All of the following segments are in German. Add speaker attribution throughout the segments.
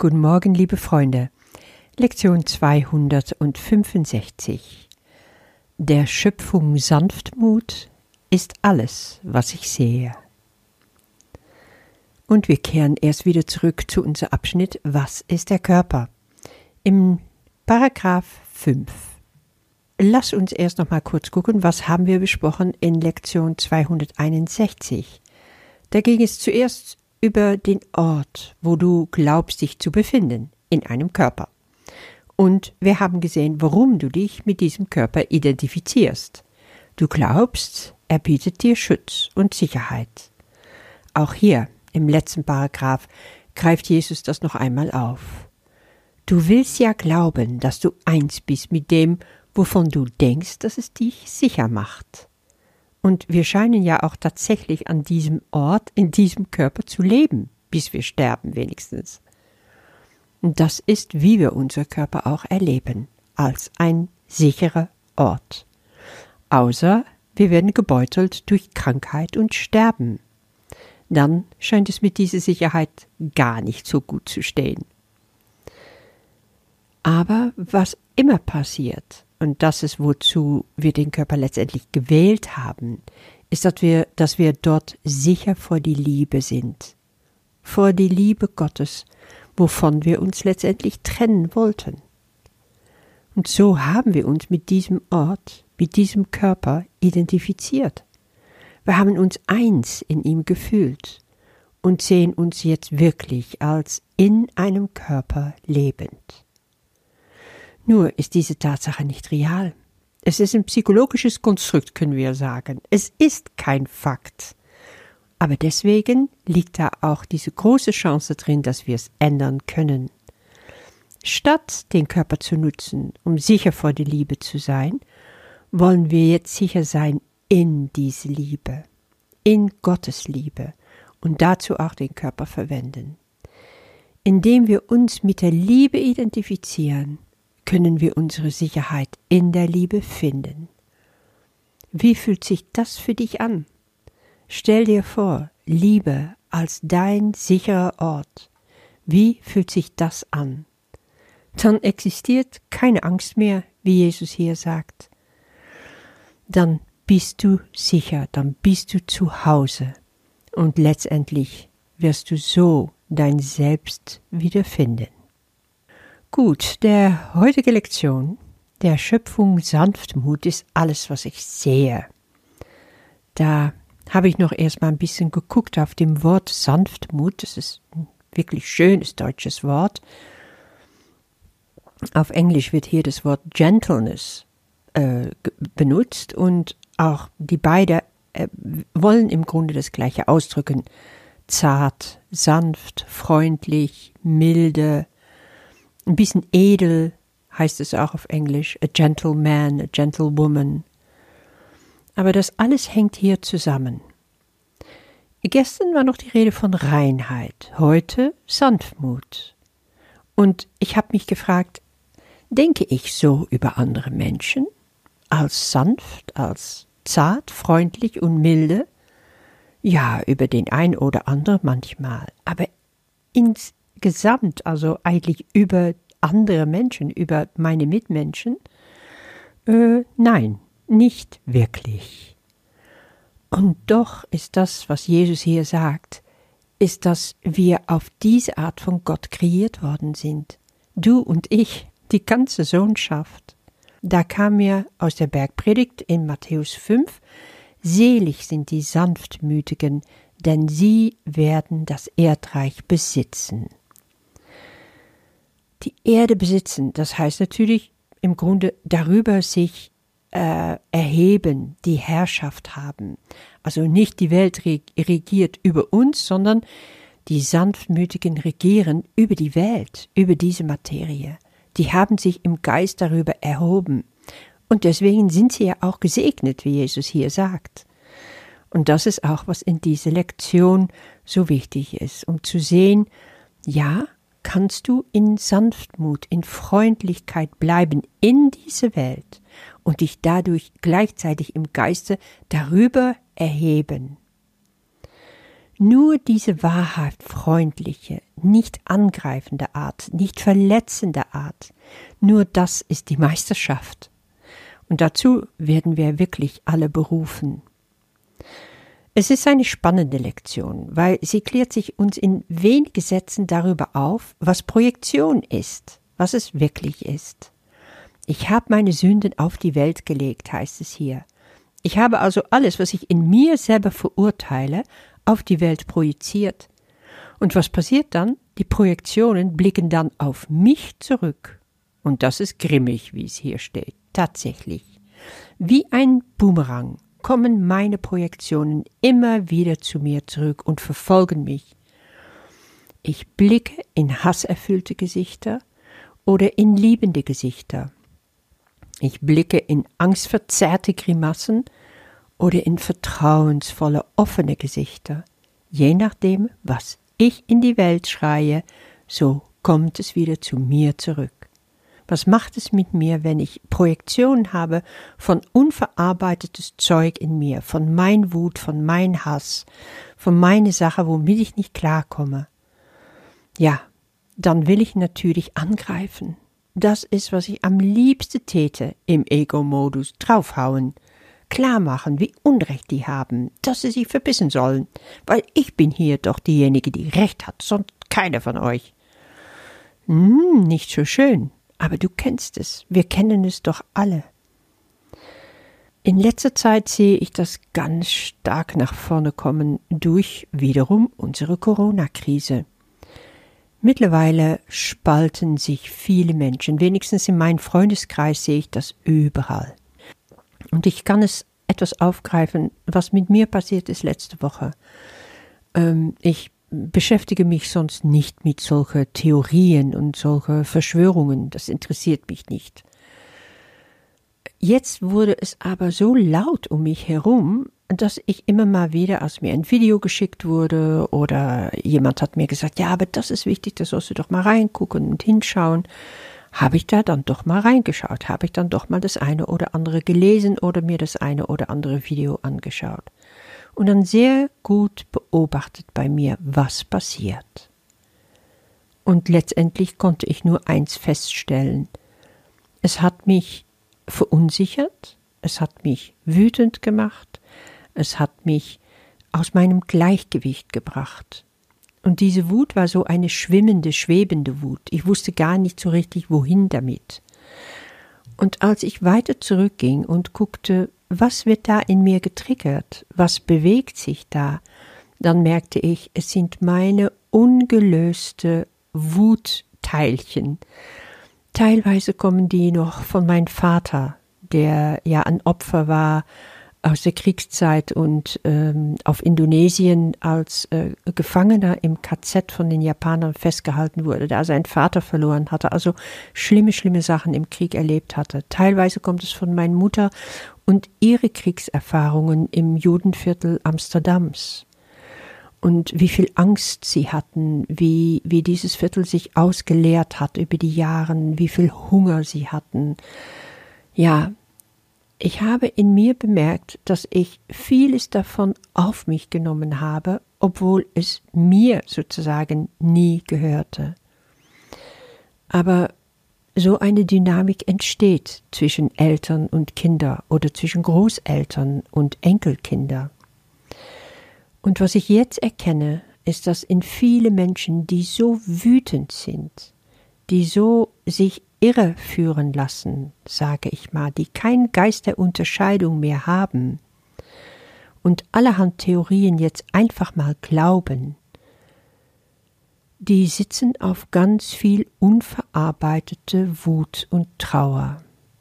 Speaker 1: Guten Morgen, liebe Freunde. Lektion 265. Der Schöpfung Sanftmut ist alles, was ich sehe. Und wir kehren erst wieder zurück zu unserem Abschnitt Was ist der Körper? Im Paragraph 5. Lass uns erst noch mal kurz gucken, was haben wir besprochen in Lektion 261. Da ging es zuerst über den Ort, wo du glaubst, dich zu befinden, in einem Körper. Und wir haben gesehen, warum du dich mit diesem Körper identifizierst. Du glaubst, er bietet dir Schutz und Sicherheit. Auch hier, im letzten Paragraph, greift Jesus das noch einmal auf. Du willst ja glauben, dass du eins bist mit dem, wovon du denkst, dass es dich sicher macht. Und wir scheinen ja auch tatsächlich an diesem Ort, in diesem Körper zu leben, bis wir sterben wenigstens. Und das ist, wie wir unser Körper auch erleben, als ein sicherer Ort. Außer wir werden gebeutelt durch Krankheit und Sterben. Dann scheint es mit dieser Sicherheit gar nicht so gut zu stehen. Aber was immer passiert, und das ist, wozu wir den Körper letztendlich gewählt haben, ist, dass wir dort sicher vor die Liebe sind. Vor die Liebe Gottes, wovon wir uns letztendlich trennen wollten. Und so haben wir uns mit diesem Ort, mit diesem Körper identifiziert. Wir haben uns eins in ihm gefühlt und sehen uns jetzt wirklich als in einem Körper lebend. Nur ist diese Tatsache nicht real. Es ist ein psychologisches Konstrukt, können wir sagen. Es ist kein Fakt. Aber deswegen liegt da auch diese große Chance drin, dass wir es ändern können. Statt den Körper zu nutzen, um sicher vor der Liebe zu sein, wollen wir jetzt sicher sein in diese Liebe, in Gottes Liebe und dazu auch den Körper verwenden. Indem wir uns mit der Liebe identifizieren, können wir unsere Sicherheit in der Liebe finden. Wie fühlt sich das für dich an? Stell dir vor, Liebe als dein sicherer Ort. Wie fühlt sich das an? Dann existiert keine Angst mehr, wie Jesus hier sagt. Dann bist du sicher, dann bist du zu Hause und letztendlich wirst du so dein Selbst wiederfinden. Gut, der heutige Lektion, der Schöpfung Sanftmut ist alles, was ich sehe. Da habe ich noch erstmal ein bisschen geguckt auf dem Wort Sanftmut. Das ist ein wirklich schönes deutsches Wort. Auf Englisch wird hier das Wort Gentleness benutzt und auch die beiden wollen im Grunde das Gleiche ausdrücken. Zart, sanft, freundlich, milde, ein bisschen edel heißt es auch auf Englisch, a gentleman, a gentlewoman. Aber das alles hängt hier zusammen. Gestern war noch die Rede von Reinheit, heute Sanftmut. Und ich habe mich gefragt, denke ich so über andere Menschen? Als sanft, als zart, freundlich und milde? Ja, über den einen oder anderen manchmal, aber insgesamt, also eigentlich über andere Menschen, über meine Mitmenschen? Nein, nicht wirklich. Und doch ist das, was Jesus hier sagt, ist, dass wir auf diese Art von Gott kreiert worden sind. Du und ich, die ganze Sohnschaft. Da kam mir aus der Bergpredigt in Matthäus 5, selig sind die Sanftmütigen, denn sie werden das Erdreich besitzen. Die Erde besitzen, das heißt natürlich im Grunde darüber sich erheben, die Herrschaft haben. Also nicht die Welt regiert über uns, sondern die Sanftmütigen regieren über die Welt, über diese Materie. Die haben sich im Geist darüber erhoben. Und deswegen sind sie ja auch gesegnet, wie Jesus hier sagt. Und das ist auch, was in dieser Lektion so wichtig ist, um zu sehen, ja, kannst du in Sanftmut, in Freundlichkeit bleiben in dieser Welt und dich dadurch gleichzeitig im Geiste darüber erheben. Nur diese wahrhaft freundliche, nicht angreifende Art, nicht verletzende Art, nur das ist die Meisterschaft. Und dazu werden wir wirklich alle berufen. Es ist eine spannende Lektion, weil sie klärt sich uns in wenigen Sätzen darüber auf, was Projektion ist, was es wirklich ist. Ich habe meine Sünden auf die Welt gelegt, heißt es hier. Ich habe also alles, was ich in mir selber verurteile, auf die Welt projiziert. Und was passiert dann? Die Projektionen blicken dann auf mich zurück. Und das ist grimmig, wie es hier steht. Tatsächlich. Wie ein Boomerang kommen meine Projektionen immer wieder zu mir zurück und verfolgen mich. Ich blicke in hasserfüllte Gesichter oder in liebende Gesichter. Ich blicke in angstverzerrte Grimassen oder in vertrauensvolle, offene Gesichter. Je nachdem, was ich in die Welt schreie, so kommt es wieder zu mir zurück. Was macht es mit mir, wenn ich Projektionen habe von unverarbeitetes Zeug in mir, von mein Wut, von mein Hass, von meine Sache, womit ich nicht klarkomme? Ja, dann will ich natürlich angreifen. Das ist, was ich am liebsten täte im Ego-Modus, draufhauen. Klar machen, wie Unrecht die haben, dass sie sich verbissen sollen, weil ich bin hier doch diejenige, die Recht hat, sonst keiner von euch. Nicht so schön, aber du kennst es, wir kennen es doch alle. In letzter Zeit sehe ich das ganz stark nach vorne kommen durch wiederum unsere Corona-Krise. Mittlerweile spalten sich viele Menschen, wenigstens in meinem Freundeskreis sehe ich das überall. Und ich kann es etwas aufgreifen, was mit mir passiert ist letzte Woche. Ich beschäftige mich sonst nicht mit solchen Theorien und solchen Verschwörungen. Das interessiert mich nicht. Jetzt wurde es aber so laut um mich herum, dass ich immer mal wieder, als mir ein Video geschickt wurde oder jemand hat mir gesagt, ja, aber das ist wichtig, da sollst du doch mal reingucken und hinschauen, habe ich da dann doch mal reingeschaut, habe ich dann doch mal das eine oder andere gelesen oder mir das eine oder andere Video angeschaut. Und dann sehr gut beobachtet bei mir, was passiert. Und letztendlich konnte ich nur eins feststellen. Es hat mich verunsichert, es hat mich wütend gemacht, es hat mich aus meinem Gleichgewicht gebracht. Und diese Wut war so eine schwimmende, schwebende Wut. Ich wusste gar nicht so richtig, wohin damit. Und als ich weiter zurückging und guckte, was wird da in mir getriggert, was bewegt sich da, dann merkte ich, es sind meine ungelöste Wutteilchen. Teilweise kommen die noch von meinem Vater, der ja ein Opfer war aus der Kriegszeit und auf Indonesien als Gefangener im KZ von den Japanern festgehalten wurde, der seinen Vater verloren hatte, also schlimme Sachen im Krieg erlebt hatte. Teilweise kommt es von meiner Mutter und ihre Kriegserfahrungen im Judenviertel Amsterdams. Und wie viel Angst sie hatten, wie dieses Viertel sich ausgeleert hat über die Jahre, wie viel Hunger sie hatten. Ja, ich habe in mir bemerkt, dass ich vieles davon auf mich genommen habe, obwohl es mir sozusagen nie gehörte. Aber so eine Dynamik entsteht zwischen Eltern und Kinder oder zwischen Großeltern und Enkelkinder. Und was ich jetzt erkenne, ist, dass in viele Menschen, die so wütend sind, die so sich irreführen lassen, sage ich mal, die keinen Geist der Unterscheidung mehr haben und allerhand Theorien jetzt einfach mal glauben, die sitzen auf ganz viel unverarbeitete Wut und Trauer.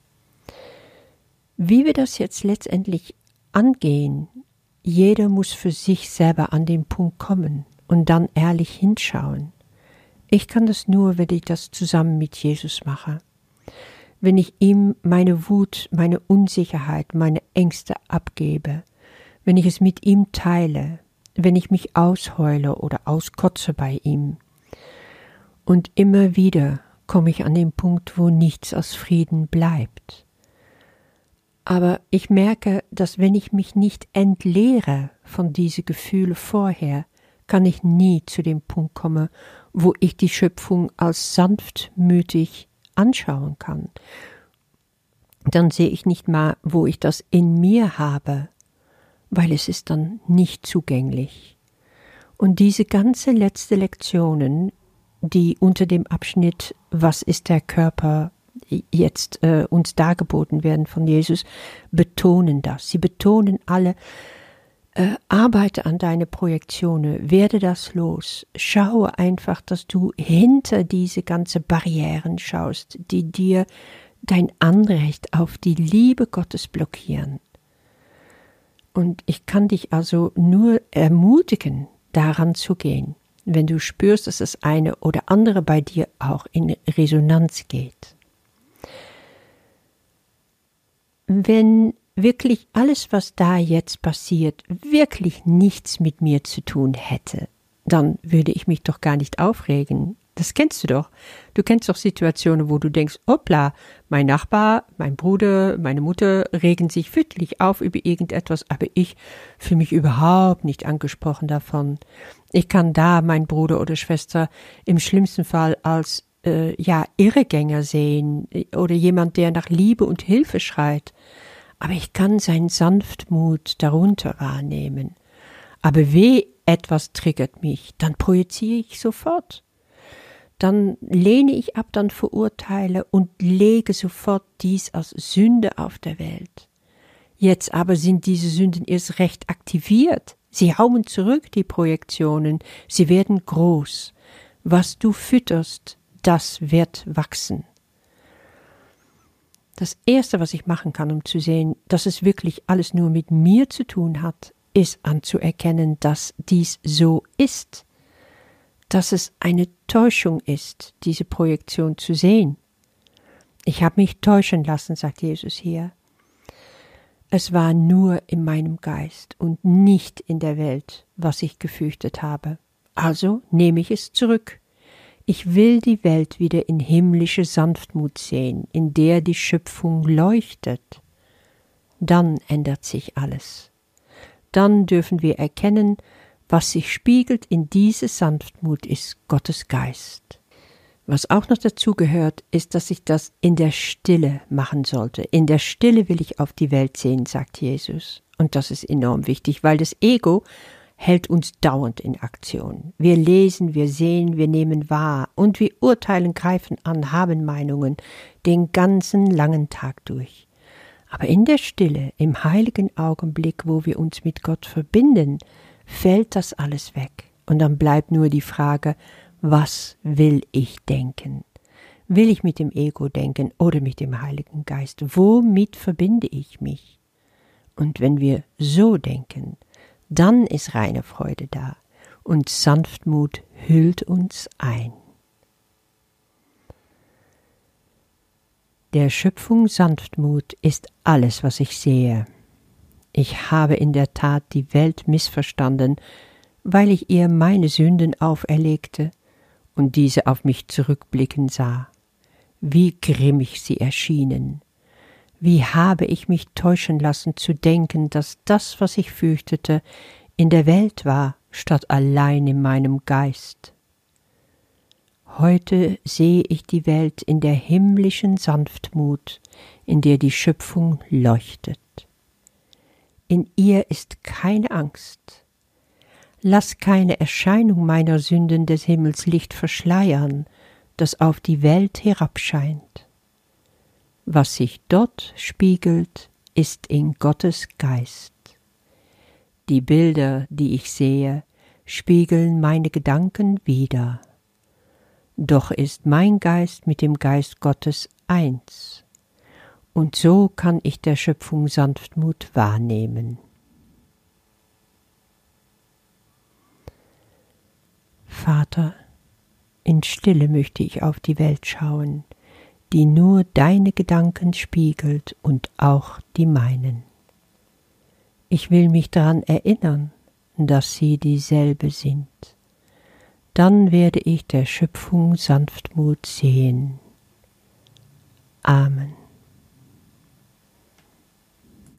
Speaker 1: Wie wir das jetzt letztendlich angehen, jeder muss für sich selber an den Punkt kommen und dann ehrlich hinschauen. Ich kann das nur, wenn ich das zusammen mit Jesus mache. Wenn ich ihm meine Wut, meine Unsicherheit, meine Ängste abgebe. Wenn ich es mit ihm teile. Wenn ich mich ausheule oder auskotze bei ihm. Und immer wieder komme ich an den Punkt, wo nichts aus Frieden bleibt. Aber ich merke, dass wenn ich mich nicht entleere von diesen Gefühlen vorher, kann ich nie zu dem Punkt kommen, wo ich die Schöpfung als sanftmütig anschauen kann. Dann sehe ich nicht mal, wo ich das in mir habe, weil es ist dann nicht zugänglich. Und diese ganze letzte Lektionen, die unter dem Abschnitt Was ist der Körper jetzt uns dargeboten werden von Jesus, betonen das. Sie betonen alle, arbeite an deine Projektionen, werde das los. Schaue einfach, dass du hinter diese ganzen Barrieren schaust, die dir dein Anrecht auf die Liebe Gottes blockieren. Und ich kann dich also nur ermutigen, daran zu gehen, wenn du spürst, dass das eine oder andere bei dir auch in Resonanz geht. Wenn wirklich alles, was da jetzt passiert, wirklich nichts mit mir zu tun hätte, dann würde ich mich doch gar nicht aufregen. Das kennst du doch. Du kennst doch Situationen, wo du denkst, hoppla, mein Nachbar, mein Bruder, meine Mutter regen sich fürchterlich auf über irgendetwas, aber ich fühle mich überhaupt nicht angesprochen davon. Ich kann da meinen Bruder oder Schwester im schlimmsten Fall als Irrgänger sehen oder jemand, der nach Liebe und Hilfe schreit. Aber ich kann seinen Sanftmut darunter wahrnehmen. Aber weh, etwas triggert mich, dann projiziere ich sofort. Dann lehne ich ab, dann verurteile und lege sofort dies als Sünde auf der Welt. Jetzt aber sind diese Sünden erst recht aktiviert. Sie hauen zurück, die Projektionen. Sie werden groß. Was du fütterst, das wird wachsen. Das Erste, was ich machen kann, um zu sehen, dass es wirklich alles nur mit mir zu tun hat, ist anzuerkennen, dass dies so ist. Dass es eine Täuschung ist, diese Projektion zu sehen. Ich habe mich täuschen lassen, sagt Jesus hier. Es war nur in meinem Geist und nicht in der Welt, was ich gefürchtet habe. Also nehme ich es zurück. Ich will die Welt wieder in himmlische Sanftmut sehen, in der die Schöpfung leuchtet. Dann ändert sich alles. Dann dürfen wir erkennen, was sich spiegelt in diese Sanftmut ist Gottes Geist. Was auch noch dazu gehört, ist, dass ich das in der Stille machen sollte. In der Stille will ich auf die Welt sehen, sagt Jesus. Und das ist enorm wichtig, weil das Ego hält uns dauernd in Aktion. Wir lesen, wir sehen, wir nehmen wahr und wir urteilen, greifen an, haben Meinungen den ganzen langen Tag durch. Aber in der Stille, im heiligen Augenblick, wo wir uns mit Gott verbinden, fällt das alles weg. Und dann bleibt nur die Frage, was will ich denken? Will ich mit dem Ego denken oder mit dem Heiligen Geist? Womit verbinde ich mich? Und wenn wir so denken, dann ist reine Freude da und Sanftmut hüllt uns ein. Der Schöpfung Sanftmut ist alles, was ich sehe. Ich habe in der Tat die Welt missverstanden, weil ich ihr meine Sünden auferlegte und diese auf mich zurückblicken sah. Wie grimmig sie erschienen. Wie habe ich mich täuschen lassen zu denken, dass das, was ich fürchtete, in der Welt war, statt allein in meinem Geist. Heute sehe ich die Welt in der himmlischen Sanftmut, in der die Schöpfung leuchtet. In ihr ist keine Angst. Lass keine Erscheinung meiner Sünden des Himmels Licht verschleiern, das auf die Welt herabscheint. Was sich dort spiegelt, ist in Gottes Geist. Die Bilder, die ich sehe, spiegeln meine Gedanken wider. Doch ist mein Geist mit dem Geist Gottes eins. Und so kann ich der Schöpfung Sanftmut wahrnehmen. Vater, in Stille möchte ich auf die Welt schauen, die nur deine Gedanken spiegelt und auch die meinen. Ich will mich daran erinnern, dass sie dieselbe sind. Dann werde ich der Schöpfung Sanftmut sehen. Amen.